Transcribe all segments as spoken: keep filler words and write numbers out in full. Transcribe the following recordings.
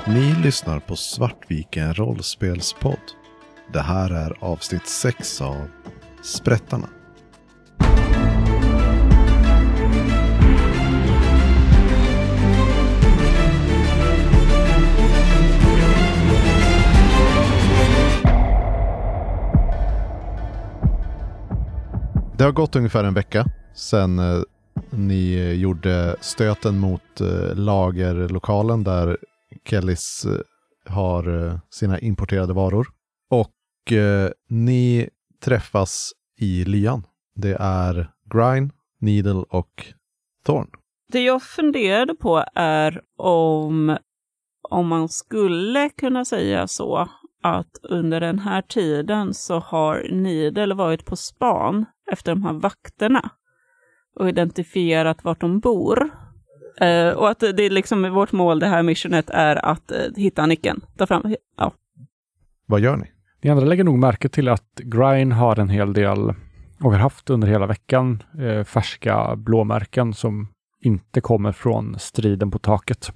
Ni lyssnar på Svartviken rollspelspodd. Det här är avsnitt sex av Sprättarna. Det har gått ungefär en vecka sedan eh, ni gjorde stöten mot eh, lagerlokalen där Kellys eh, har eh, sina importerade varor. Och eh, ni träffas i lyan. Det är Grine, Needle och Thorn. Det jag funderade på är om, om man skulle kunna säga så att under den här tiden så har Needle varit på span efter de här vakterna och identifierat vart de bor. Uh, och att det är liksom vårt mål, det här missionet, är att uh, hitta nyckeln. Ta fram, ja. Vad gör ni? De andra lägger nog märke till att Grine har en hel del, och har haft under hela veckan, eh, färska blåmärken som inte kommer från striden på taket.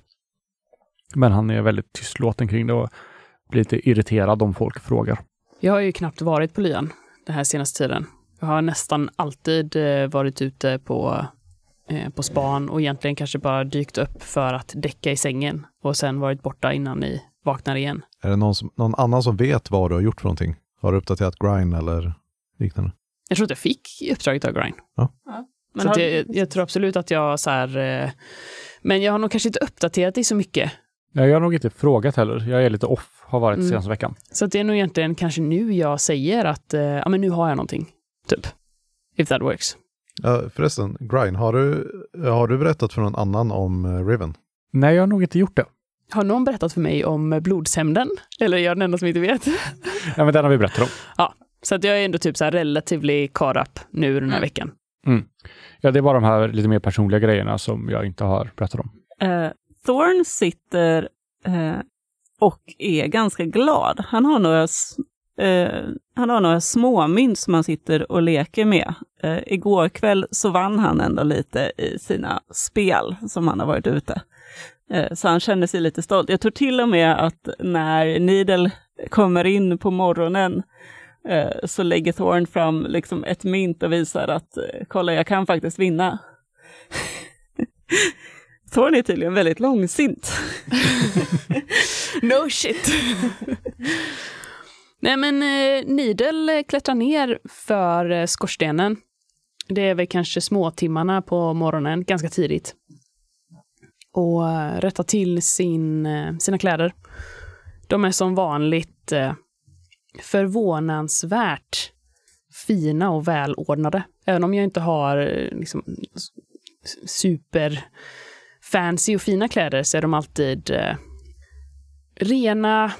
Men han är väldigt tystlåten kring det och blir lite irriterad om folk frågar. Jag har ju knappt varit på lyan den här senaste tiden. Jag har nästan alltid eh, varit ute på, eh, på span och egentligen kanske bara dykt upp för att däcka i sängen och sen varit borta innan ni vaknar igen. Är det någon, som, någon annan som vet vad du har gjort för någonting? Har du uppdaterat Grine eller liknande? Jag tror att jag fick uppdraget av Grine. Ja. Ja. Men så har... jag, jag tror absolut att jag så här... Eh, men jag har nog kanske inte uppdaterat det så mycket. Nej, jag har nog inte frågat heller. Jag är lite off, har varit mm. senaste veckan. Så att det är nog egentligen kanske nu jag säger att eh, ja, men nu har jag någonting. Typ. If that works. Ja, förresten, Grine, har du, har du berättat för någon annan om uh, Riven? Nej, jag har nog inte gjort det. Har någon berättat för mig om blodshämnden? Eller är jag den enda som inte vet? Ja, men den har vi berättat om. Ja, så att jag är ändå typ så här relatively caught up nu den här mm. veckan. Mm. Ja, det är bara de här lite mer personliga grejerna som jag inte har berättat om. Uh, Thorn sitter uh, och är ganska glad. Han har några, uh, han har några småmynt som han sitter och leker med. Uh, igår kväll så vann han ändå lite i sina spel som han har varit ute. Uh, så han känner sig lite stolt. Jag tror till och med att när Needle kommer in på morgonen uh, så lägger Thorn fram liksom ett mynt och visar att uh, kolla, jag kan faktiskt vinna. Thorn är tydligen väldigt långsint. No shit. Nej, men eh, Needle klättrar ner för eh, skorstenen. Det är väl kanske småtimmarna på morgonen, ganska tidigt. Och eh, rättar till sin, eh, sina kläder. De är som vanligt eh, förvånansvärt fina och välordnade. Även om jag inte har eh, liksom, super... fancy och fina kläder så är de alltid eh, rena,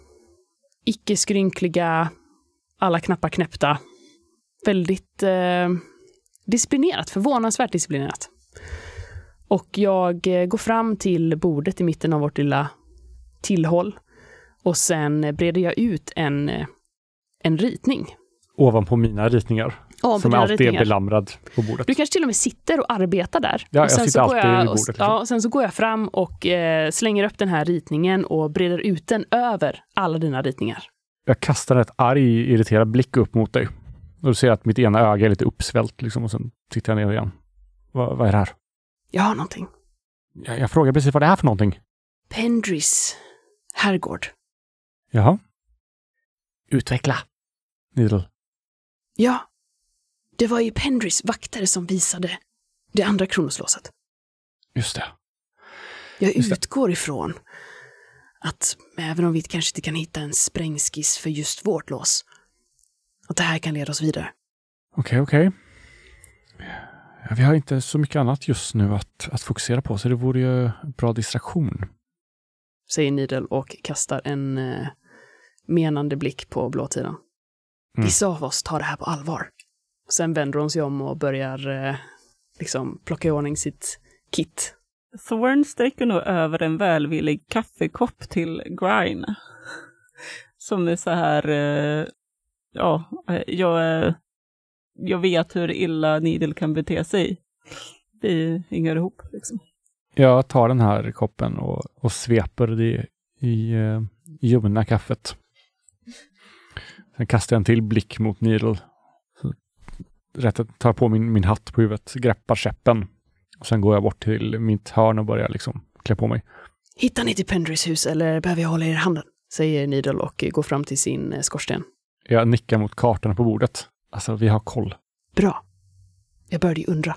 icke-skrynkliga, alla knappar knäppta. Väldigt eh, disciplinerat, förvånansvärt disciplinerat. Och jag eh, går fram till bordet i mitten av vårt lilla tillhåll och sen breder jag ut en, en ritning. Ovanpå mina ritningar. Ja, som alltid är belamrad på bordet. Du kanske till och med sitter och arbetar där. Ja, och sen jag sitter så alltid jag, i bordet. Liksom. Ja, och sen så går jag fram och eh, slänger upp den här ritningen och breder ut den över alla dina ritningar. Jag kastar ett arg, irriterad blick upp mot dig. Och du ser att mitt ena öga är lite uppsvällt. Liksom, och sen tittar jag ner igen. Va, vad är det här? Jag har någonting. Jag, jag frågar precis vad det är för någonting. Pendrys herrgård. Jaha. Utveckla. Needle. Ja. Det var ju Pendrys vaktare som visade det andra kronoslåset. Just det. Jag Just utgår det. ifrån att även om vi kanske inte kan hitta en sprängskiss för just vårt lås, att det här kan leda oss vidare. Okej, okay, okej. Okay. Ja, vi har inte så mycket annat just nu att, att fokusera på, så det vore ju en bra distraktion. Säger Needle och kastar en eh, menande blick på blåtiden. Mm. Vissa av oss tar det här på allvar. Sen vänder hon sig om och börjar eh, liksom plocka i ordning sitt kit. Thorn sträcker nog över en välvillig kaffekopp till Grine. Som är så här... Eh, ja, jag, eh, jag vet hur illa Needle kan bete sig. Vi hänger ihop liksom. Jag tar den här koppen och, och sveper det i eh, ljumna kaffet. Sen kastar jag en till blick mot Needle. Så rätt att ta på min, min hatt på huvudet, greppar käppen. Och sen går jag bort till mitt hörn och börjar liksom klä på mig. Hittar ni till Pendrys hus eller behöver jag hålla er i handen? Säger Needle och går fram till sin skorsten. Jag nickar mot kartan på bordet. Alltså, vi har koll. Bra. Jag började ju undra.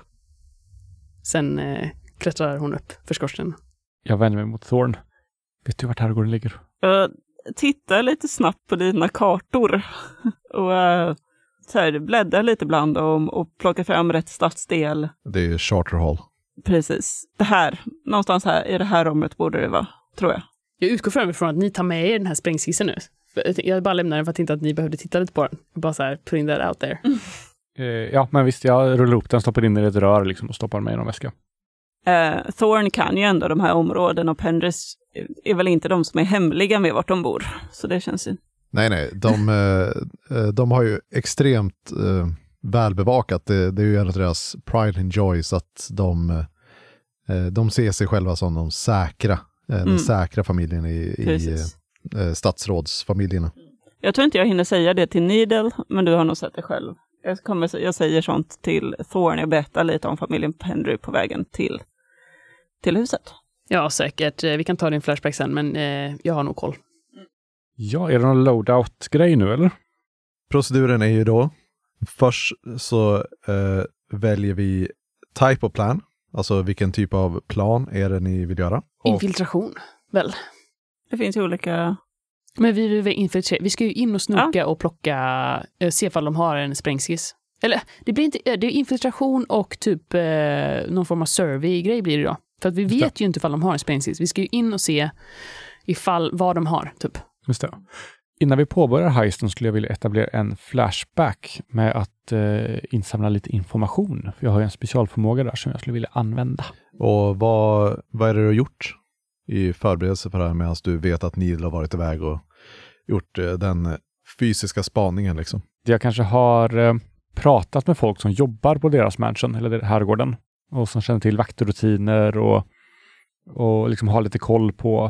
Sen eh, klättrar hon upp för skorsten. Jag vänder mig mot Thorn. Vet du vart herrgården ligger? Jag tittar lite snabbt på dina kartor. och uh, så här, bläddrar lite bland dem och plockar fram rätt stadsdel. Det är Charter Hall. Precis. Det här. Någonstans här i det här rummet borde det vara, tror jag. Jag utgår framifrån att ni tar med er den här sprängskissen nu. Jag bara lämnar den för att inte att ni behövde titta lite på den. Bara så här, putting that out there. Mm. Eh, ja, men visst, jag rullar upp den, stoppar in i ett rör liksom, och stoppar den med i någon väska. Uh, Thorn kan ju ändå de här områdena och Pendrys är väl inte de som är hemliga med vart de bor. Så det känns ju... Nej, nej. De, eh, de har ju extremt eh, välbevakat. Det, det är ju en av deras pride and joy, så att de, eh, de ser sig själva som de säkra, eh, den Mm. säkra familjen i, i eh, statsrådsfamiljerna. Jag tror inte jag hinner säga det till Needle, men du har nog sett det själv. Jag, kommer, jag säger sånt till Thorn. Jag berättar lite om familjen Pendry på vägen till, till huset. Ja, säkert. Vi kan ta din flashback sen, men eh, jag har nog koll. Ja, är det någon loadout-grej nu, eller? Proceduren är ju då, först så eh, väljer vi type of plan, alltså vilken typ av plan är det ni vill göra. Och, Infiltration, väl? Det finns ju olika... Men vi vill infiltrera. Vi ska ju in och snoka ja. och plocka, eh, se ifall de har en sprängskiss. Eller, det blir inte, det är infiltration och typ eh, någon form av survey-grej blir det då. För att vi vet Just ju inte ifall de har en sprängskiss. Vi ska ju in och se ifall vad de har, typ. Just det. Innan vi påbörjar heisten skulle jag vilja etablera en flashback med att eh, insamla lite information. För jag har ju en specialförmåga där som jag skulle vilja använda. Och vad, vad är det du har gjort i förberedelse för det här medan du vet att Needle har varit iväg och gjort eh, den fysiska spaningen liksom? Jag kanske har eh, pratat med folk som jobbar på deras mansion eller herrgården och som känner till vaktrutiner och, och liksom har lite koll på,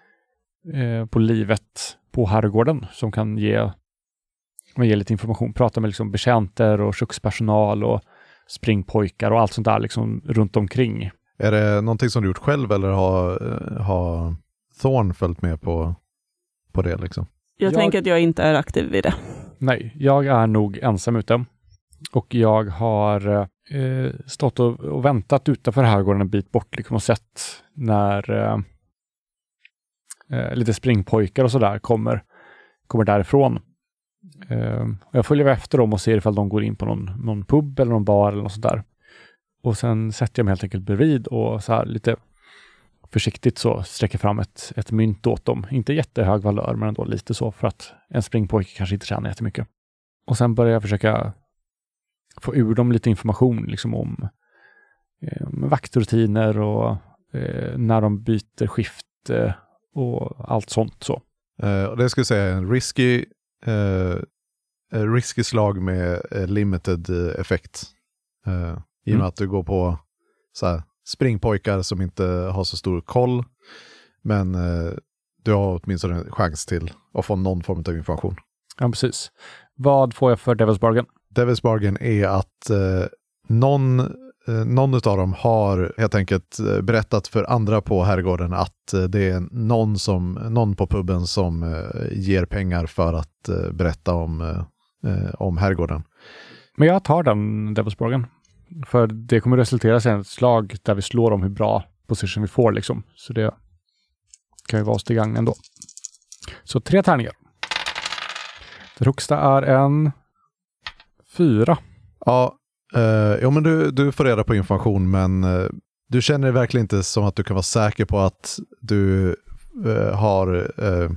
eh, på livet på herrgården som kan ge, ge lite information. Prata med liksom betjänter och kökspersonal och springpojkar och allt sånt där liksom runt omkring. Är det någonting som du gjort själv eller har, har Thorn följt med på, på det liksom? Jag, jag tänker att jag inte är aktiv i det. Nej, jag är nog ensam ute. Och jag har eh, stått och, och väntat utanför herrgården en bit bort liksom, och sett när eh, eh, lite springpojkar och sådär kommer, kommer därifrån. Eh, jag följer efter dem och ser ifall de går in på någon, någon pub eller någon bar eller något sådär. Och sen sätter jag mig helt enkelt bredvid och så här lite försiktigt så sträcker fram ett, ett mynt åt dem. Inte jättehög valör men ändå lite så för att en springpojke kanske inte tjänar jättemycket. Och sen börjar jag försöka få ur dem lite information liksom om eh, vaktrutiner och eh, när de byter skift eh, och allt sånt så. Uh, och det skulle jag säga är en risky, uh, risky slag med uh, limited uh, effekt. Uh, I och med mm. att du går på så här, springpojkar som inte har så stor koll. Men uh, du har åtminstone en chans till att få någon form av information. Ja, precis. Vad får jag för Devil's Bargain? Devil's Bargain är att uh, någon, uh, någon av dem har helt enkelt uh, berättat för andra på herrgården att uh, det är någon, som, någon på puben som uh, ger pengar för att uh, berätta om, uh, uh, om herrgården. Men jag tar den Devil's Bargain. För det kommer resultera i ett slag där vi slår om hur bra position vi får liksom. Så det kan ju vara oss till gagn ändå. Så tre tärningar. Det högsta är en fyra. Ja, eh, jo, men du, du får reda på information men eh, du känner verkligen inte som att du kan vara säker på att du eh, har eh,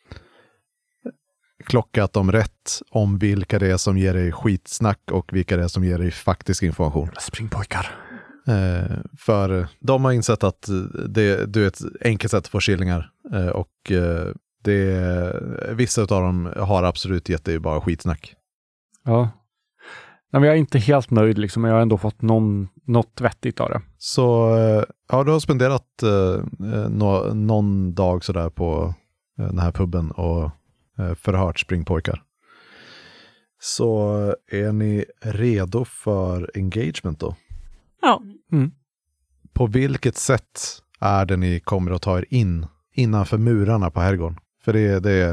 klockat dem rätt om vilka det är som ger dig skitsnack och vilka det är som ger dig faktisk information. Springpojkar. Eh, för de har insett att det, det är ett enkelt sätt att få skillingar eh, och eh, det, vissa av dem har absolut gett dig bara skitsnack. Ja. Nej, men jag är inte helt nöjd liksom, men jag har ändå fått någon, något vettigt av det. Så ja, du har spenderat eh, no, någon dag sådär på den här puben och förhört springpojkar. Så är ni redo för engagement då? Ja. Mm. På vilket sätt är det ni kommer att ta er in innanför murarna på herrgården? För det är, det är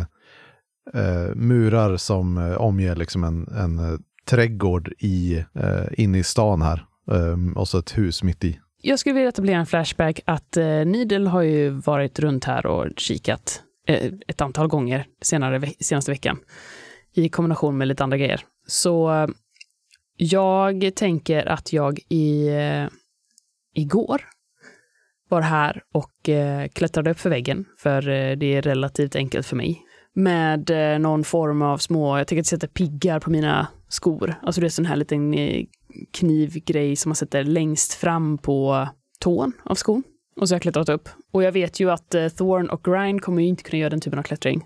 eh, murar som eh, omger liksom en, en eh, trädgård i, eh, inne i stan här. Eh, och så ett hus mitt i. Jag skulle vilja etablera en flashback att eh, Nidel har ju varit runt här och kikat eh, ett antal gånger senare, ve- senaste veckan. I kombination med lite andra grejer. Så eh, jag tänker att jag i, eh, igår var här och eh, klättrade upp för väggen. För eh, det är relativt enkelt för mig. Med eh, någon form av små, jag tänker att jag sätter piggar på mina skor. Alltså det är sån här liten eh, knivgrej som man sätter längst fram på tån av skon. Och så har jag klättrat upp. Och jag vet ju att eh, Thorn och Grind kommer ju inte kunna göra den typen av klättring.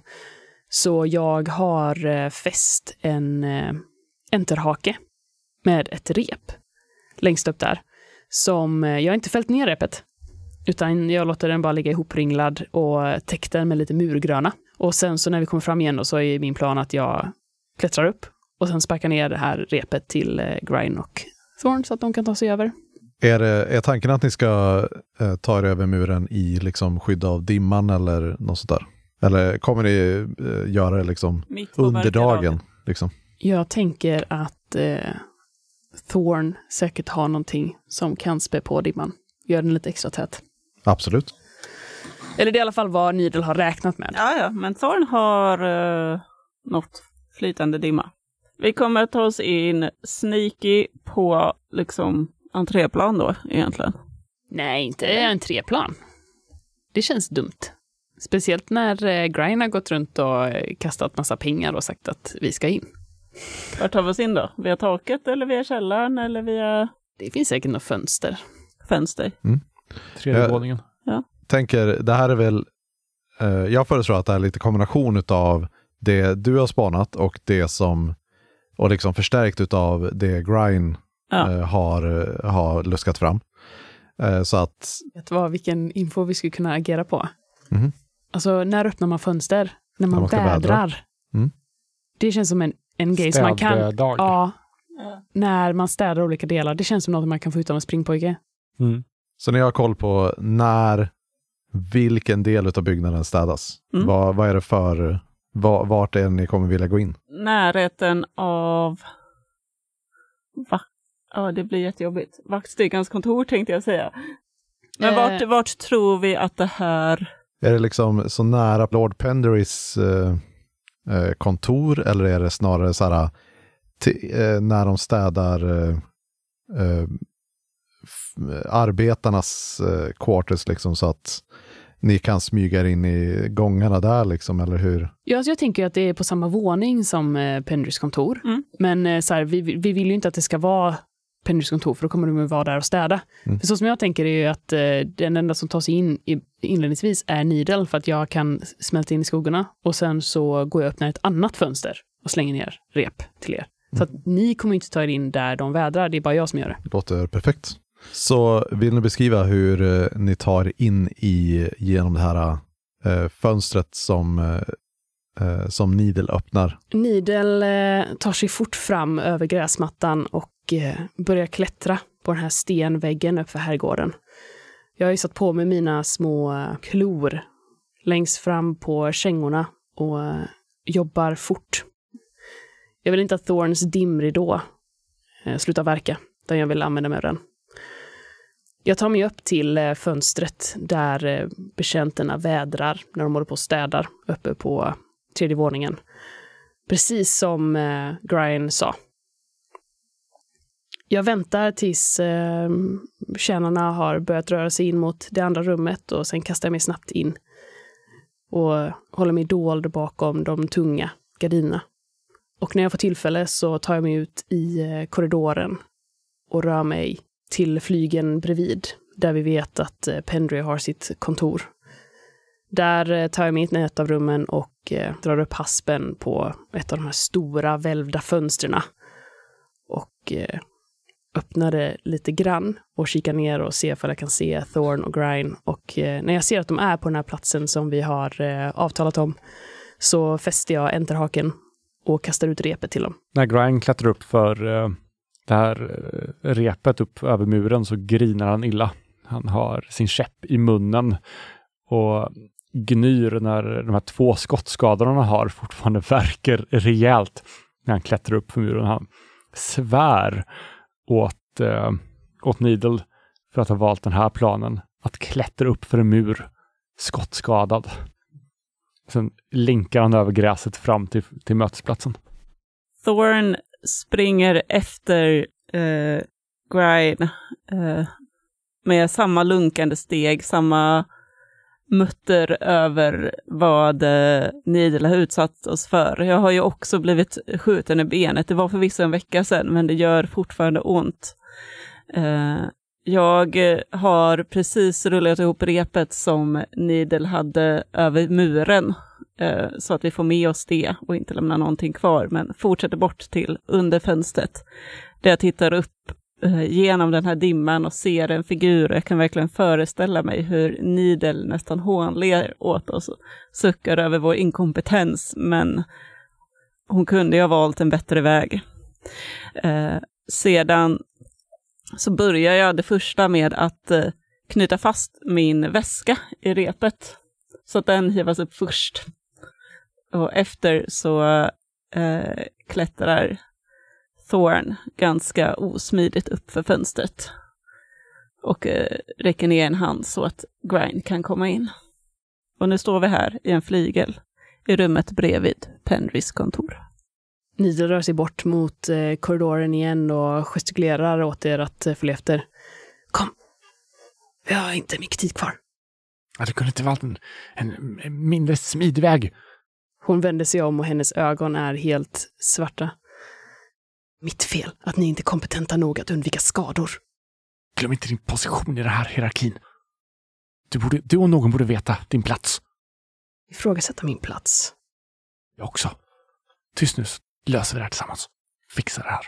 Så jag har eh, fäst en eh, enterhake med ett rep längst upp där. Som, eh, jag har inte fällt ner repet. Utan jag låter den bara ligga ihopringlad och täckt den med lite murgröna. Och sen så när vi kommer fram igen då, så är min plan att jag klättrar upp. Och sen sparkar ner det här repet till eh, Grind och Thorn så att de kan ta sig över. Är, det, är tanken att ni ska eh, ta er över muren i liksom skydd av dimman eller något sånt där? Eller kommer ni eh, göra det liksom under dagen? Liksom? Jag tänker att eh, Thorn säkert har någonting som kan spä på dimman. Gör den lite extra tät. Absolut. Eller det är i alla fall vad Nidel har räknat med. Ja, ja, men Thorn har uh, något flytande dimma. Vi kommer att ta oss in sneaky på liksom entréplan då egentligen. Nej, inte en treplan. Det känns dumt. Speciellt när eh, Grind har gått runt och eh, kastat massa pengar och sagt att vi ska in. Var tar vi oss in då? Via taket eller via källaren eller via... Det finns säkert några fönster. Fönster. Mm. Tredje Jag våningen. Ja. tänker, det här är väl... Eh, jag föreslår att det är lite kombination av det du har spanat och det som... Och liksom förstärkt utav det Grind Ja. eh, har, har luskat fram. Eh, så att... Vet du vad, vilken info vi skulle kunna agera på? Mhm. Alltså, när öppnar man fönster? När man, man ska vädrar. vädra. Mm. Det känns som en, en grej som man kan... Städdag. Ja, Ja. när man städar olika delar. Det känns som något man kan få ut av en springpojke. Mm. Så ni har koll på när, vilken del av byggnaden städas. Mm. Vad, vad är det för, vad, vart är det ni kommer vilja gå in? Närheten av... Va? Ja, det blir jättejobbigt. Vaktstyrkans kontor tänkte jag säga. Men Eh. vart, vart tror vi att det här... Är det liksom så nära Lord Penderys eh, eh, kontor eller är det snarare så här t- eh, när de städar eh, eh, f- arbetarnas eh, quarters liksom så att ni kan smyga er in i gångarna där liksom, eller hur? Ja, så jag tänker ju att det är på samma våning som eh, Pendrys kontor. Mm. Men eh, så här, vi, vi vill ju inte att det ska vara Pendrys kontor, för då kommer de att vara där och städa. Mm. För så som jag tänker är ju att eh, den enda som tar sig in i, inledningsvis är Nidel, för att jag kan smälta in i skogarna. Och sen så går jag och öppnar ett annat fönster och slänger ner rep till er. Så att ni kommer inte ta er in där de vädrar, det är bara jag som gör det. Låter perfekt. Så vill ni beskriva hur eh, ni tar in i genom det här eh, fönstret som, eh, som Nidel öppnar? Nidel eh, tar sig fort fram över gräsmattan och eh, börjar klättra på den här stenväggen uppför herrgården. Jag har ju satt på mig mina små eh, klor längst fram på kängorna och eh, jobbar fort. Jag vill inte att Thorns dimridå eh, slutar verka, utan jag vill använda mig av den. Jag tar mig upp till eh, fönstret där eh, betjänterna vädrar när de håller på och städar uppe på tredje våningen. Precis som eh, Grind sa. Jag väntar tills eh, tjänarna har börjat röra sig in mot det andra rummet och sen kastar jag mig snabbt in och håller mig dold bakom de tunga gardinerna. Och när jag får tillfälle så tar jag mig ut i eh, korridoren och rör mig till flygen bredvid, där vi vet att eh, Pendry har sitt kontor. Där eh, tar jag mig in i ett av rummen och eh, drar upp haspen på ett av de här stora välvda fönstren och eh, öppnar det lite grann och kikar ner och ser om jag kan se Thorn och Grine. Och eh, när jag ser att de är på den här platsen som vi har eh, avtalat om så fäster jag enterhaken och kastar ut repet till dem. När Grine klättrar upp för uh, det här uh, repet upp över muren så grinar han illa. Han har sin käpp i munnen och gnyr när de här två skottskadorna han har fortfarande verkar rejält när han klättrar upp för muren. Han svär åt, uh, åt Needle för att ha valt den här planen. Att klättra upp för en mur skottskadad. Sen linkar han över gräset fram till, till mötesplatsen. Thorn springer efter eh, Grine eh, med samma lunkande steg, samma mutter över vad eh, Needle har utsatt oss för. Jag har ju också blivit skjuten i benet. Det var förvisso en vecka sedan, men det gör fortfarande ont. Eh, jag har precis rullat ihop repet som Needle hade över muren eh, så att vi får med oss det och inte lämna någonting kvar, men fortsätter bort till under fönstret där jag tittar upp eh, genom den här dimman och ser en figur. Jag kan verkligen föreställa mig hur Needle nästan hånler åt oss och suckar över vår inkompetens, men hon kunde ju ha valt en bättre väg. Eh, sedan så börjar jag det första med att eh, knyta fast min väska i repet så att den hivas upp först. Och efter så eh, klättrar Thorn ganska osmidigt upp för fönstret och eh, räcker ner en hand så att Grine kan komma in. Och nu står vi här i en flygel i rummet bredvid Penrys kontor. Needle rör sig bort mot eh, korridoren igen och gestikulerar åt er att eh, följa efter. Kom, vi har inte mycket tid kvar. Ja, det kunde inte vara en, en, en mindre smidväg. Hon vänder sig om och hennes ögon är helt svarta. Mitt fel att ni inte är kompetenta nog att undvika skador. Glöm inte din position i den här hierarkin. Du, borde, du och någon borde veta din plats. Ifrågasätta min plats. Jag också. Tyst nu, så löser vi det här tillsammans. Fixar det här.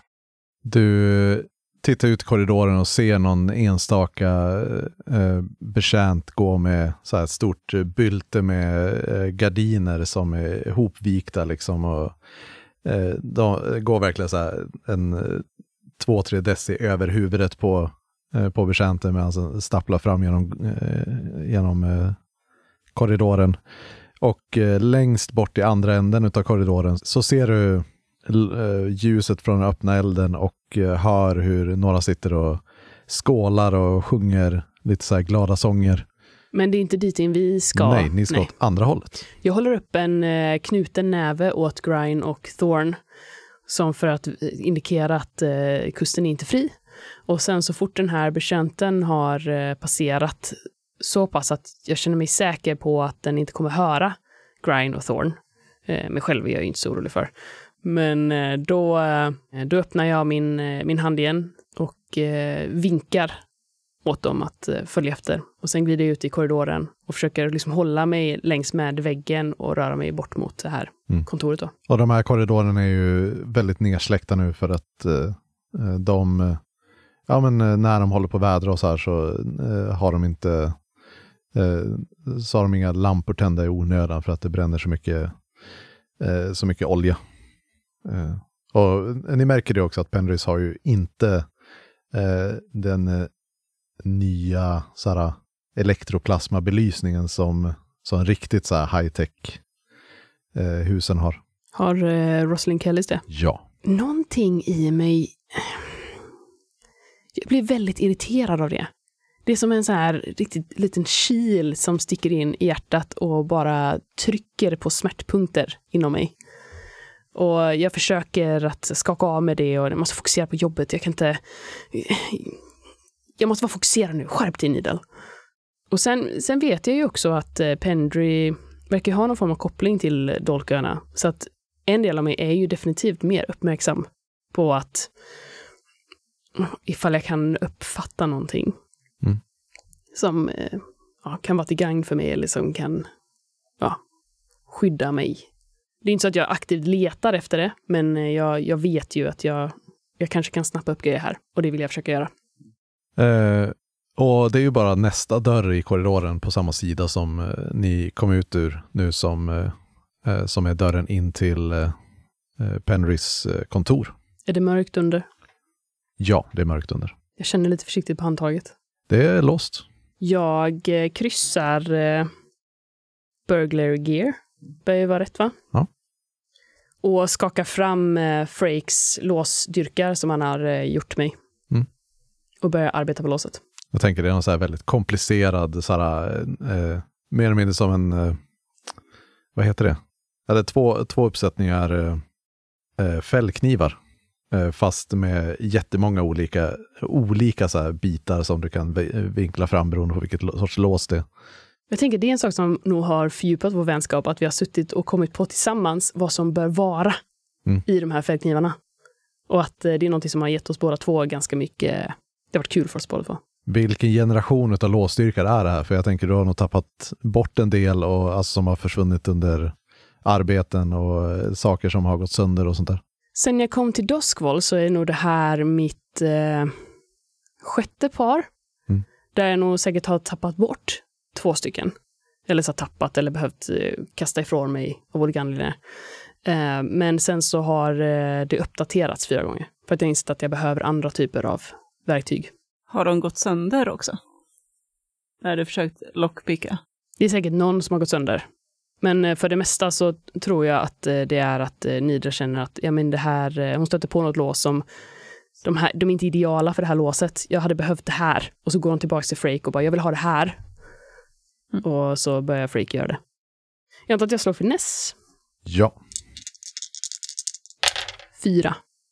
Du tittar ut i korridoren och ser någon enstaka eh, betjänt gå med så här ett stort bylte med eh, gardiner som är hopvikta liksom, och eh, de går verkligen så här en två, tre deci över huvudet på, eh, på betjänten medan han stapplar fram genom, eh, genom eh, korridoren. Och eh, längst bort i andra änden av korridoren så ser du l- ljuset från den öppna elden och eh, hör hur några sitter och skålar och sjunger lite så här glada sånger. Men det är inte dit in vi ska. Nej, ni ska Nej. åt andra hållet. Jag håller upp en eh, knuten näve åt Grine och Thorn som för att indikera att eh, kusten är inte fri. Och sen så fort den här betjänten har eh, passerat så pass att jag känner mig säker på att den inte kommer höra Grine och Thorn. Eh, mig själv är jag inte så orolig för. Men eh, då, eh, då öppnar jag min, eh, min hand igen och eh, vinkar åt dem att eh, följa efter. Och sen glider jag ut i korridoren och försöker liksom hålla mig längs med väggen och röra mig bort mot det här mm. kontoret då. Och de här korridorerna är ju väldigt nedsläckta nu för att eh, de, ja men när de håller på att vädra och så här så eh, har de inte eh, så har de inga lampor tända i onödan för att det bränner så mycket eh, så mycket olja. Eh, och ni märker det också att Penrys har ju inte eh, den eh, nya såhär elektroplasmabelysningen som, som riktigt så här high-tech eh, husen har. Har eh, Rosalind Kellys det? Ja. Någonting i mig, jag blir väldigt irriterad av det. Det är som en så här riktigt liten kil som sticker in i hjärtat och bara trycker på smärtpunkter inom mig. Och jag försöker att skaka av med det och jag måste fokusera på jobbet. Jag kan inte... Jag måste vara fokuserad nu. Skärp dig, Needle. Och sen, sen vet jag ju också att Pendry verkar ha någon form av koppling till Dolköarna. Så att en del av mig är ju definitivt mer uppmärksam på att ifall jag kan uppfatta någonting mm. som ja, kan vara till gagn för mig eller som kan ja, skydda mig. Det är inte så att jag aktivt letar efter det, men jag, jag vet ju att jag jag kanske kan snappa upp grejer här. Och det vill jag försöka göra. Eh, och det är ju bara nästa dörr i korridoren på samma sida som eh, ni kom ut ur nu som, eh, som är dörren in till eh, Penrys eh, kontor. Är det mörkt under? Ja, det är mörkt under. Jag känner lite försiktigt på handtaget. Det är låst. Jag eh, kryssar eh, burglary gear. Bör ju vara rätt, va? Ja. Och skakar fram eh, Frakes låsdyrkar som han har eh, gjort mig. Mm. Och börjar arbeta på låset. Jag tänker det är en så här väldigt komplicerad, så här, eh, mer eller mindre som en, eh, vad heter det? Eller två, två uppsättningar eh, fällknivar. Eh, fast med jättemånga olika, olika så här bitar som du kan vinkla fram beroende på vilket sorts lås det är. Jag tänker det är en sak som nog har fördjupat vår vänskap, att vi har suttit och kommit på tillsammans vad som bör vara mm. i de här fällknivarna. Och att eh, det är något som har gett oss båda två ganska mycket, det har varit kul för oss båda två. Vilken generation av låsstyrkar är det här? För jag tänker du har nog tappat bort en del och, alltså, som har försvunnit under arbeten och saker som har gått sönder och sånt där. Sen jag kom till Duskwall så är nog det här mitt eh, sjätte par. Mm. Där jag nog säkert har tappat bort två stycken. Eller så har tappat eller behövt eh, kasta ifrån mig av olika anledningar. Eh, men sen så har eh, det uppdaterats fyra gånger. För att jag insett att jag behöver andra typer av verktyg. Har de gått sönder också? När du försökt lockpicka? Det är säkert någon som har gått sönder. Men för det mesta så tror jag att det är att Nidra känner att ja, men det här, hon stöter på något lås som de, här, de är inte ideala för det här låset. Jag hade behövt det här. Och så går hon tillbaka till Frake och bara, jag vill ha det här. Mm. Och så börjar Frake göra det. Jag antar att jag slår finess. Ja. Fyra.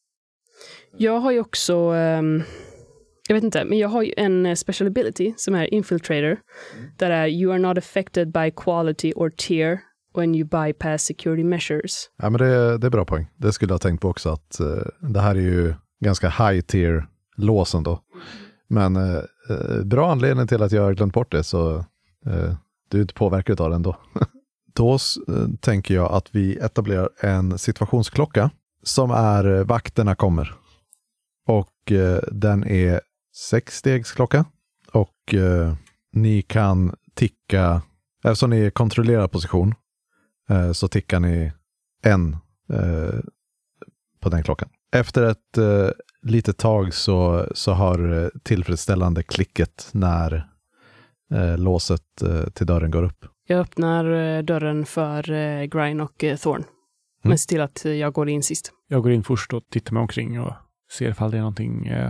Jag har ju också... Um, Jag vet inte, men jag har ju en special ability som är infiltrator. Mm. Där är you are not affected by quality or tier when you bypass security measures. Ja, men det, det är bra poäng. Det skulle jag ha tänkt på också, att uh, det här är ju ganska high tier låsen då. Men uh, uh, bra anledning till att jag har glömt bort det, så uh, du är inte påverkad av den då. Då uh, tänker jag att vi etablerar en situationsklocka som är uh, vakterna kommer. Och uh, den är sexstegsklocka och eh, ni kan ticka, eftersom ni kontrollerar position eh, så tickar ni en eh, på den klockan. Efter ett eh, litet tag så, så har eh, tillfredsställande klicket när eh, låset eh, till dörren går upp. Jag öppnar eh, dörren för eh, Grine och eh, Thorn. Mm. Men se till att eh, jag går in sist. Jag går in först och tittar mig omkring och ser ifall det är någonting eh...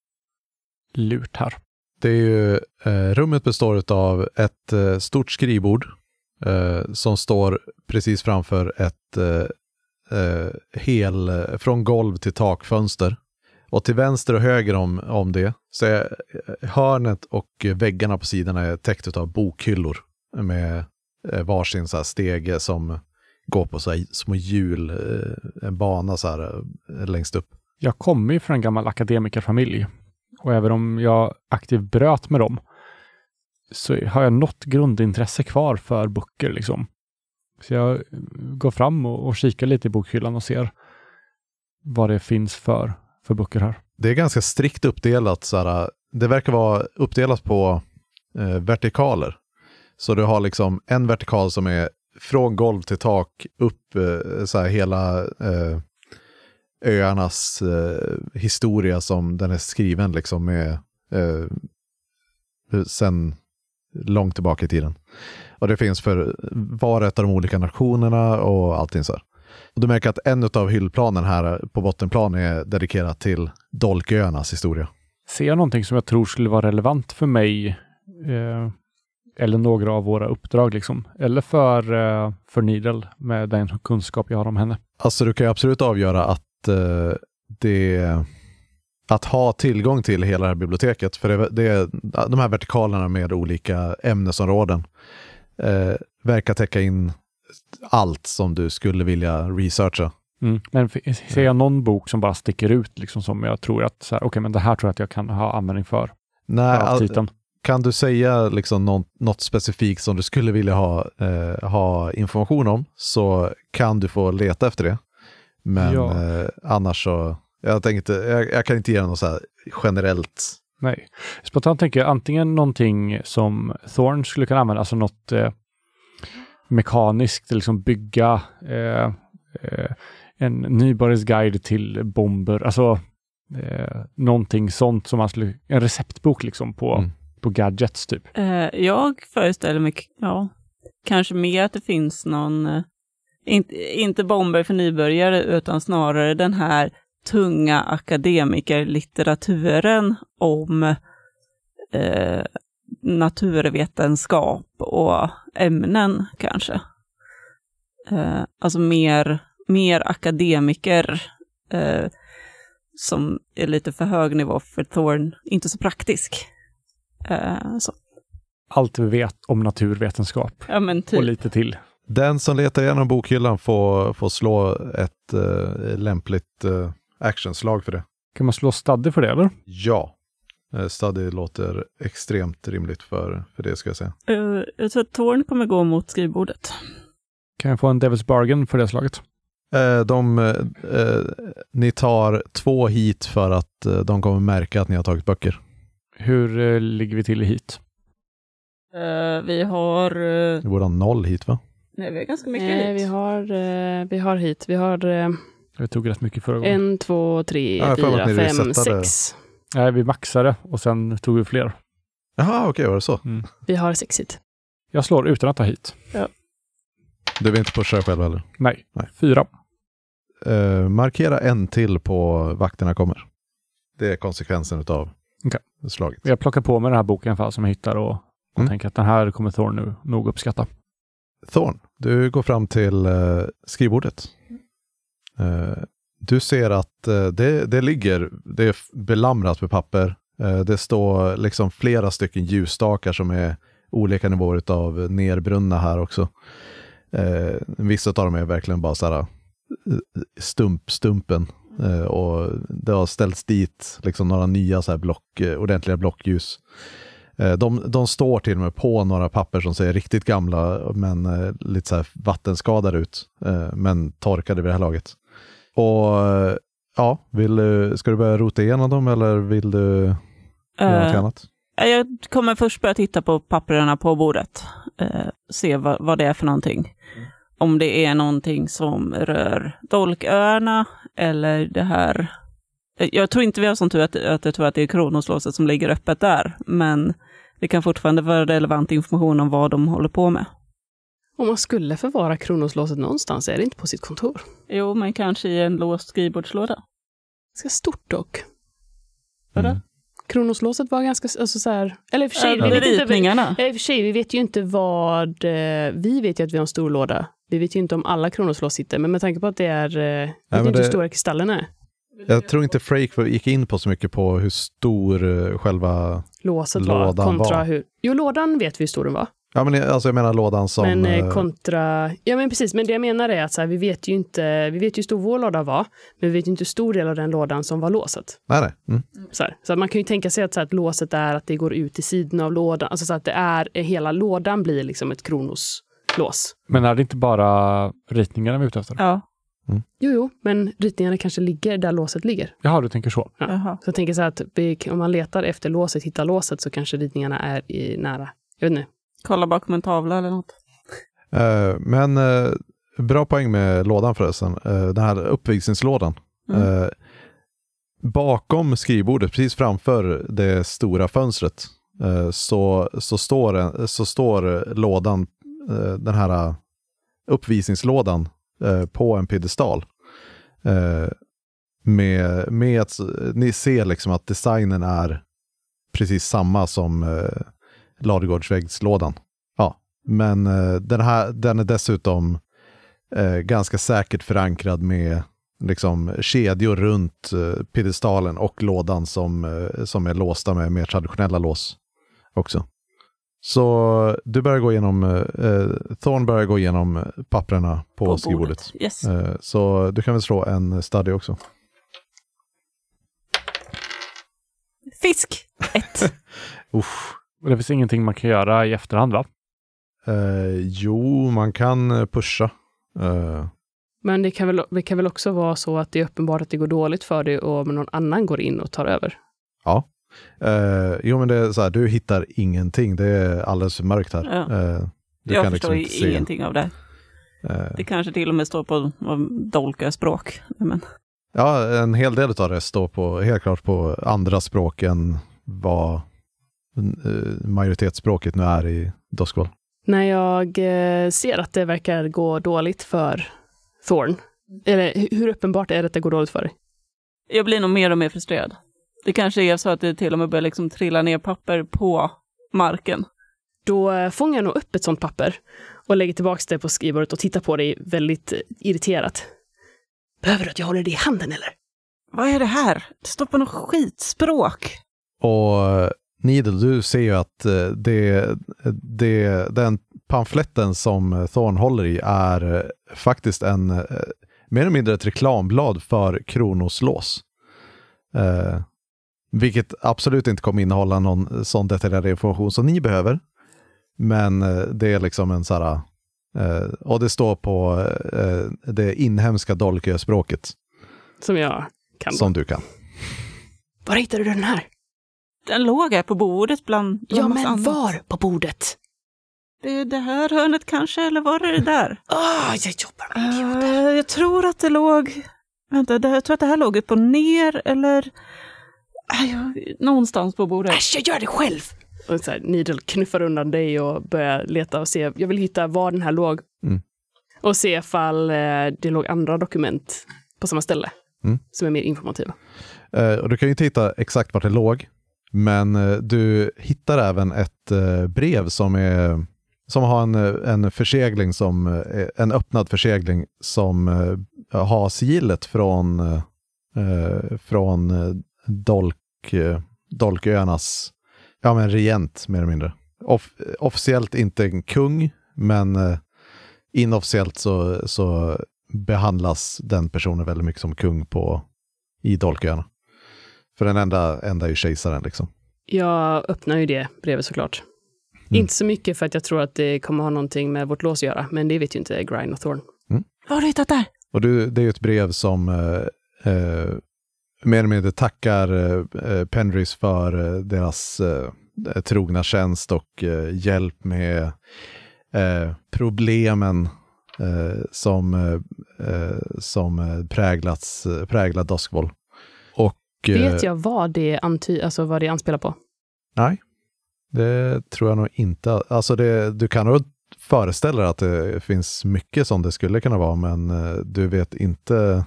lurt här. Det är ju, eh, rummet består av ett eh, stort skrivbord eh, som står precis framför ett eh, eh, hel, från golv till takfönster. Och till vänster och höger om, om det så är hörnet och väggarna på sidorna är täckt av bokhyllor med eh, varsin så här stege som går på så här små hjul, eh, en bana så här eh, längst upp. Jag kommer ju från en gammal akademikerfamilj. Och även om jag aktivt bröt med dem så har jag något grundintresse kvar för böcker liksom. Så jag går fram och, och kikar lite i bokhyllan och ser vad det finns för, för böcker här. Det är ganska strikt uppdelat. Så här, det verkar vara uppdelat på eh, vertikaler. Så du har liksom en vertikal som är från golv till tak upp eh, så här hela... Eh, öarnas eh, historia som den är skriven liksom med eh, sen långt tillbaka i tiden. Och det finns för var ett av de olika nationerna och allting så här. Och du märker att en av hyllplanen här på bottenplan är dedikerat till Dolköarnas historia. Ser jag någonting som jag tror skulle vara relevant för mig eh, eller några av våra uppdrag liksom? Eller för, eh, för Nidel med den kunskap jag har om henne? Alltså du kan ju absolut avgöra att det att ha tillgång till hela det här biblioteket, för det, det, de här vertikalerna med olika ämnesområden eh, verkar täcka in allt som du skulle vilja researcha. Mm. Men ser jag någon bok som bara sticker ut liksom, som jag tror att så här, okay, men det här tror jag att jag kan ha användning för? Nej, all, kan du säga liksom något, något specifikt som du skulle vilja ha, eh, ha information om, så kan du få leta efter det. Men ja. eh, annars så Jag, tänkte, jag, jag kan inte ge något så här generellt. Nej. Spontant tänker jag antingen någonting som Thorn skulle kunna använda, alltså något eh, mekaniskt, liksom bygga eh, eh, en nybörjarsguide till bomber, alltså eh, någonting sånt som man skulle, en receptbok liksom på, mm. på gadgets typ. Eh, jag föreställer mig, ja, kanske mer att det finns någon, eh, inte, inte bomber för nybörjare, utan snarare den här tunga akademikerlitteraturen om eh, naturvetenskap och ämnen kanske. Eh, alltså mer, mer akademiker eh, som är lite för hög nivå för Thorn, inte så praktisk. Eh, så. Allt vi vet om naturvetenskap. Ja, men typ. Och lite till. Den som letar igenom bokhyllan får, får slå ett eh, lämpligt eh, actionslag för det. Kan man slå study för det, eller? Ja. Eh, study låter extremt rimligt för, för det, ska jag säga. Uh, jag tror att Thorn kommer gå mot skrivbordet. Kan jag få en Devil's Bargain för det slaget? Eh, de, eh, ni tar två hit för att eh, de kommer märka att ni har tagit böcker. Hur eh, ligger vi till i hit? Uh, vi har... Uh... Det borde ha noll hit, va? Nej, vi har ganska mycket Nej, hit. vi har, uh, vi har hit. Vi har... Uh... Vi tog rätt mycket förra gången. En, två, tre, ja, fyra, fem, sex. Nej, vi maxade och sen tog vi fler. Jaha, okej, okay, var det så? Mm. Vi har sex hit. Jag slår utan att ta hit. Ja. Du vill inte pusha själv heller? Nej, Nej. Fyra. Uh, markera en till på vakterna kommer. Det är konsekvensen av okay. slaget. Jag plockar på mig den här boken för som jag hittar och, och mm. tänker att den här kommer Thorn nu nog uppskatta. Thorn, du går fram till uh, skrivbordet. Uh, du ser att uh, det, det ligger, det är belamrat med papper. Uh, det står liksom flera stycken ljusstakar som är olika nivåer av nerbrunna här också. Uh, vissa av dem är verkligen bara så här stump, stumpen. Uh, och det har ställts dit liksom några nya så här block, uh, ordentliga blockljus. Uh, de, de står till och med på några papper som ser riktigt gamla men uh, lite så här vattenskadade ut. Uh, men torkade vid det här laget. Och uh, ja, vill du, ska du börja rota igenom dem eller vill du göra något uh, annat? Jag kommer först börja titta på papperna på bordet. Uh, se vad, vad det är för någonting. Mm. Om det är någonting som rör Dolköarna eller det här. Jag tror inte vi har sån tur att, att jag tror att det är Kronoslåset som ligger öppet där. Men det kan fortfarande vara relevant information om vad de håller på med. Om man skulle förvara Kronoslåset någonstans är det inte på sitt kontor. Jo, men kanske i en låst skrivbordslåda. Ganska stort dock. Vadå? Mm. Kronoslåset var ganska, alltså så här, eller i och för sig, äh, vi vet ritningarna. Inte, i och för sig, vi vet ju inte vad, vi vet ju att vi har en stor låda. Vi vet ju inte om alla kronoslås sitter, men med tanke på att det är, vi vet ja, inte det, hur stora kristallen är. Jag tror inte Frake gick in på så mycket på hur stor uh, själva låset lådan var kontra var. Hur, jo, lådan vet vi hur stor den var. Ja, men alltså jag menar lådan som... Men eh, uh, kontra... Ja, men precis. Men det jag menar är att så här, vi vet ju inte... Vi vet ju hur stor vår låda var, men vi vet ju inte hur stor del av den lådan som var låset. Nej, nej. Mm. Så, här, så att man kan ju tänka sig att, så här, att låset är att det går ut i sidan av lådan. Alltså så att det är... Hela lådan blir liksom ett kronoslås. Men är det inte bara ritningarna vi är ute efter? Ja. Mm. Jo, jo. Men ritningarna kanske ligger där låset ligger. Jaha, du tänker så. Ja. Jaha. Så jag tänker så här att vi, om man letar efter låset, hittar låset, så kanske ritningarna är i nära. Jag vet inte. Kolla bakom en tavla eller något. Uh, men uh, bra poäng med lådan förresten. Uh, den här uppvisningslådan. Mm. Uh, bakom skrivbordet, precis framför det stora fönstret, uh, så, så, står, en, så står lådan, uh, den här uppvisningslådan uh, på en piedestal. Uh, med, med att ni ser liksom att designen är precis samma som uh, ladugårdsväggslådan. Ja, men uh, den här den är dessutom uh, ganska säkert förankrad med liksom kedjor runt uh, piedestalen och lådan som, uh, som är låsta med mer traditionella lås också. Så du börjar gå igenom uh, Thorn börjar gå igenom papperna på, på skrivbordet. Yes. Uh, så du kan väl slå en study också. Fisk! Ett. Uff. Det finns ingenting man kan göra i efterhand, va? Uh, jo, man kan pusha. Uh, Men det kan, väl, det kan väl också vara så att det är uppenbart att det går dåligt för dig och någon annan går in och tar över. Ja. Uh, jo, men det är så här, du hittar ingenting. Det är alldeles för mörkt här. Ja. Uh, du jag kan förstår liksom ju ingenting av det. Uh, det kanske till och med står på dolka språk. Men... Ja, en hel del av det står på, helt klart på andra språk än vad uh, majoritetsspråket nu är i Duskwall. När jag uh, ser att det verkar gå dåligt för Thorn, eller hur uppenbart är det att det går dåligt för dig? Jag blir nog mer och mer frustrerad. Det kanske är så att det till och med börjar liksom trilla ner papper på marken. Då fångar jag nog upp ett sånt papper och lägger tillbaka det på skrivbordet och tittar på dig väldigt irriterat. Behöver du att jag håller det i handen eller? Vad är det här? Det står på något skitspråk. Och Needle, du ser ju att det, det, den pamfletten som Thorn håller i är faktiskt en mer eller mindre ett reklamblad för Kronos lås. Eh, vilket absolut inte kommer innehålla någon sån detaljerad information som ni behöver. Men eh, det är liksom en sån här, eh, och det står på eh, det inhemska dolköspråket. Som jag kan. Som du kan. Var hittade du den här? Den låg här på bordet bland... Ja, men annat. Var på bordet? Det är det här hörnet kanske, eller var det det där? Åh, oh, jag jobbar med idioter. Uh, jag tror att det låg... Vänta, det, jag tror att det här låg upp och ner, eller... Uh, någonstans på bordet. Äsch, jag gör det själv! Och så här, Needle knuffar undan dig och börjar leta och se. Jag vill hitta var den här låg. Mm. Och se ifall eh, det låg andra dokument på samma ställe. Mm. Som är mer informativa. Uh, och du kan ju inte hitta exakt vart det låg. Men uh, du hittar även ett uh, brev som är... Som har en, en försegling som... Uh, en öppnad försegling som uh, har sigillet från... Uh, från uh, Dolk... Uh, Dolköarnas... Ja, men regent, mer eller mindre. Off, officiellt inte en kung, men uh, inofficiellt så, så behandlas den personen väldigt mycket som kung på, i Dolköarna. För den enda, enda är ju kejsaren liksom. Jag öppnar ju det brevet såklart. Mm. Inte så mycket för att jag tror att det kommer ha någonting med vårt lås att göra, men det vet ju inte Grine och Thorn. Mm. Vad har du hittat där? Och du, det är ju ett brev som uh, uh, mer eller mindre tackar uh, Penrys för uh, deras uh, trogna tjänst och uh, hjälp med uh, problemen uh, som, uh, som präglats, uh, präglat Duskwall. Och, uh, vet jag vad det, anty- alltså vad det anspelar på? Nej, det tror jag nog inte. Alltså det, du kan nog föreställa dig att det finns mycket som det skulle kunna vara, men uh, du vet inte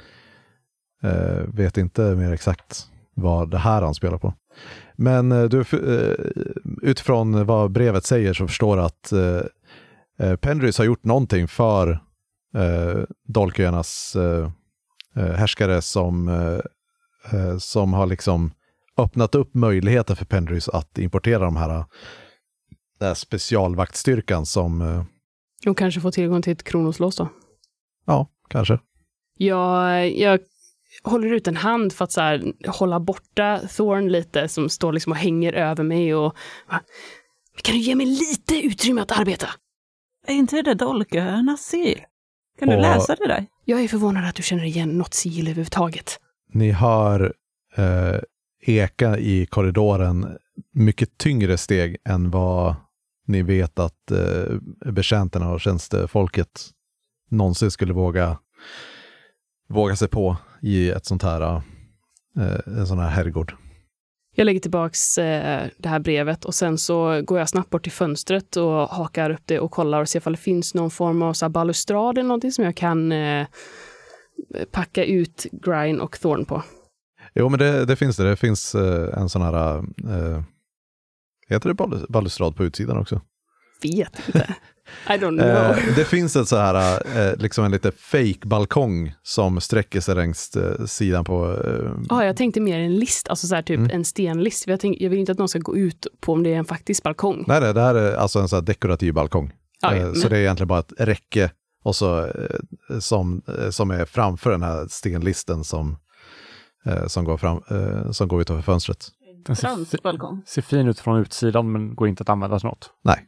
uh, vet inte mer exakt vad det här anspelar på. Men uh, du, uh, utifrån vad brevet säger så förstår du att uh, uh, Penrys har gjort någonting för uh, Dolköarnas uh, uh, härskare som, uh, uh, som har liksom öppnat upp möjligheter för Penrys att importera de här, den här specialvaktstyrkan som... Uh, och kanske få tillgång till ett kronoslås då? Ja, kanske. Jag, jag håller ut en hand för att så här, hålla borta Thorn lite som står liksom och hänger över mig och... Kan du ge mig lite utrymme att arbeta? Är inte det Dolköarnas sigill? Kan du och, läsa det där? Jag är förvånad att du känner igen något sigill överhuvudtaget. Ni hör uh, eka i korridoren mycket tyngre steg än vad ni vet att uh, betjänterna och tjänstefolket någonsin skulle våga våga sig på i ett sånt här uh, en sån här herrgård. Jag lägger tillbaks uh, det här brevet och sen så går jag snabbt bort till fönstret och hakar upp det och kollar och ser om det finns någon form av så här balustrad eller någonting som jag kan uh, packa ut Grine och Thorn på. Jo, men det, det finns det. Det finns uh, en sån här uh, heter det bal- balustrad på utsidan också? Vet inte. I don't know. Uh, det finns ett så här uh, liksom en lite fake balkong som sträcker sig längs uh, sidan på... Uh, ah, jag tänkte mer en list, alltså så här typ mm. en stenlist. Jag, tänk, jag vill inte att någon ska gå ut på om det är en faktisk balkong. Nej, det, det här är alltså en så här dekorativ balkong. Ah, ja, uh, så det är egentligen bara ett räcke och så, uh, som, uh, som är framför den här stenlisten som Uh, som, går fram, uh, som går utanför fönstret. Den ser, fi- ser fin ut från utsidan men går inte att använda till något. Nej.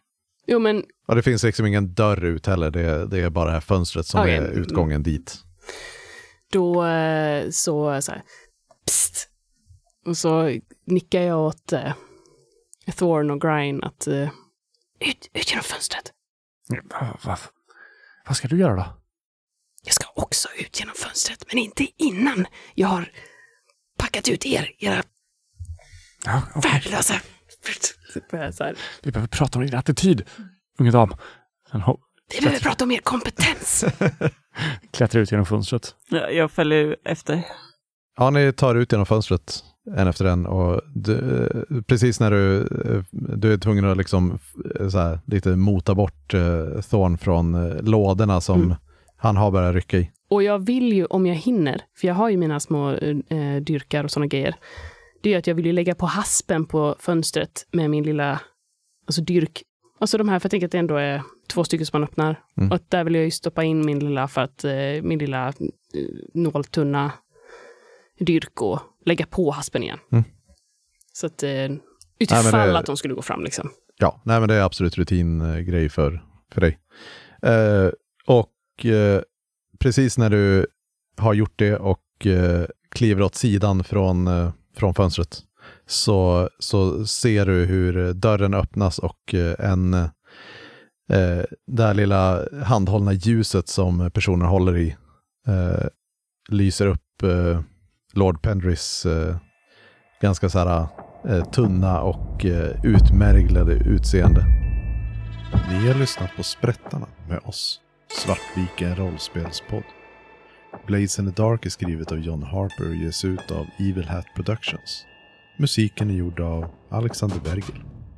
Jo, men... Ja, det finns liksom ingen dörr ut heller. Det, det är bara det här fönstret som Okay. är utgången dit. Då eh, så, så här, psst. Och så nickar jag åt eh, Thorn och Grine att eh, ut, ut genom fönstret. Va, va, vad ska du göra då? Jag ska också ut genom fönstret, men inte innan jag har packat ut er, era Ja, okay. värdelösa... Så här. Vi behöver prata om din attityd, unge dam. Sen ho- Vi behöver prata om er kompetens. klättrar ut genom fönstret. Ja, jag följer efter. Ja, ni tar ut genom fönstret en efter en och du, precis när du, du är tvungen att liksom så här, lite mota bort uh, Thorn från uh, lådorna som mm. han har börjat rycka i. Och jag vill ju, om jag hinner, för jag har ju mina små uh, dyrkar och sådana grejer, det är att jag vill ju lägga på haspen på fönstret med min lilla, alltså dyrk. Alltså de här, för jag tänker att det ändå är två stycken som man öppnar. Mm. Och där vill jag ju stoppa in min lilla, för att uh, min lilla uh, nåltunna dyrk och lägga på haspen igen. Mm. Så att uh, utifall nej, det, att de skulle gå fram liksom. Ja, nej men det är absolut rutingrej för, för dig. Uh, och uh, precis när du har gjort det och uh, kliver åt sidan från, uh, från fönstret så, så ser du hur dörren öppnas och uh, en uh, det här lilla handhållna ljuset som personen håller i uh, lyser upp uh, Lord Pendrys uh, ganska så här uh, tunna och uh, utmärglade utseende. Ni har lyssnat på Sprättarna med oss, Svartviken rollspelspodd. Blades in the Dark är skrivet av John Harper och ges ut av Evil Hat Productions. Musiken är gjord av Alexander Bergel.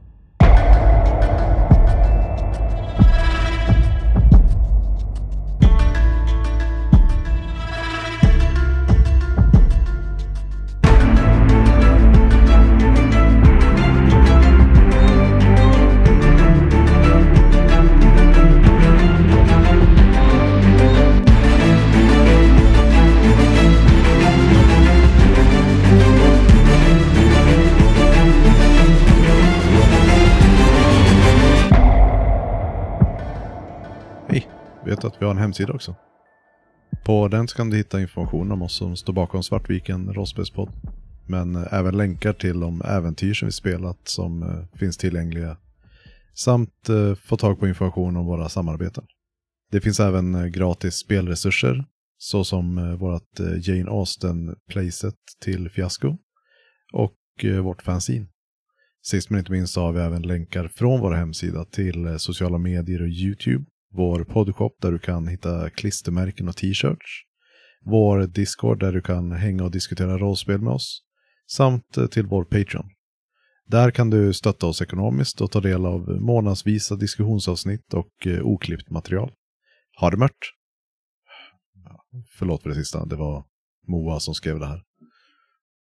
Vet att vi har en hemsida också. På den kan du hitta information om oss som står bakom Svartviken rollspelspodd. Men även länkar till de äventyr som vi spelat som uh, finns tillgängliga. Samt uh, få tag på information om våra samarbeten. Det finns även uh, gratis spelresurser. Såsom uh, vårt uh, Jane Austen playset till Fiasko. Och uh, vårt fanzine. Sist men inte minst så har vi även länkar från vår hemsida till uh, sociala medier och YouTube. Vår poddshop där du kan hitta klistermärken och t-shirts. Vår Discord där du kan hänga och diskutera rollspel med oss. Samt till vår Patreon. Där kan du stötta oss ekonomiskt och ta del av månadsvisa diskussionsavsnitt och eh, oklippt material. Har det mört? Ja, förlåt för det sista, det var Moa som skrev det här.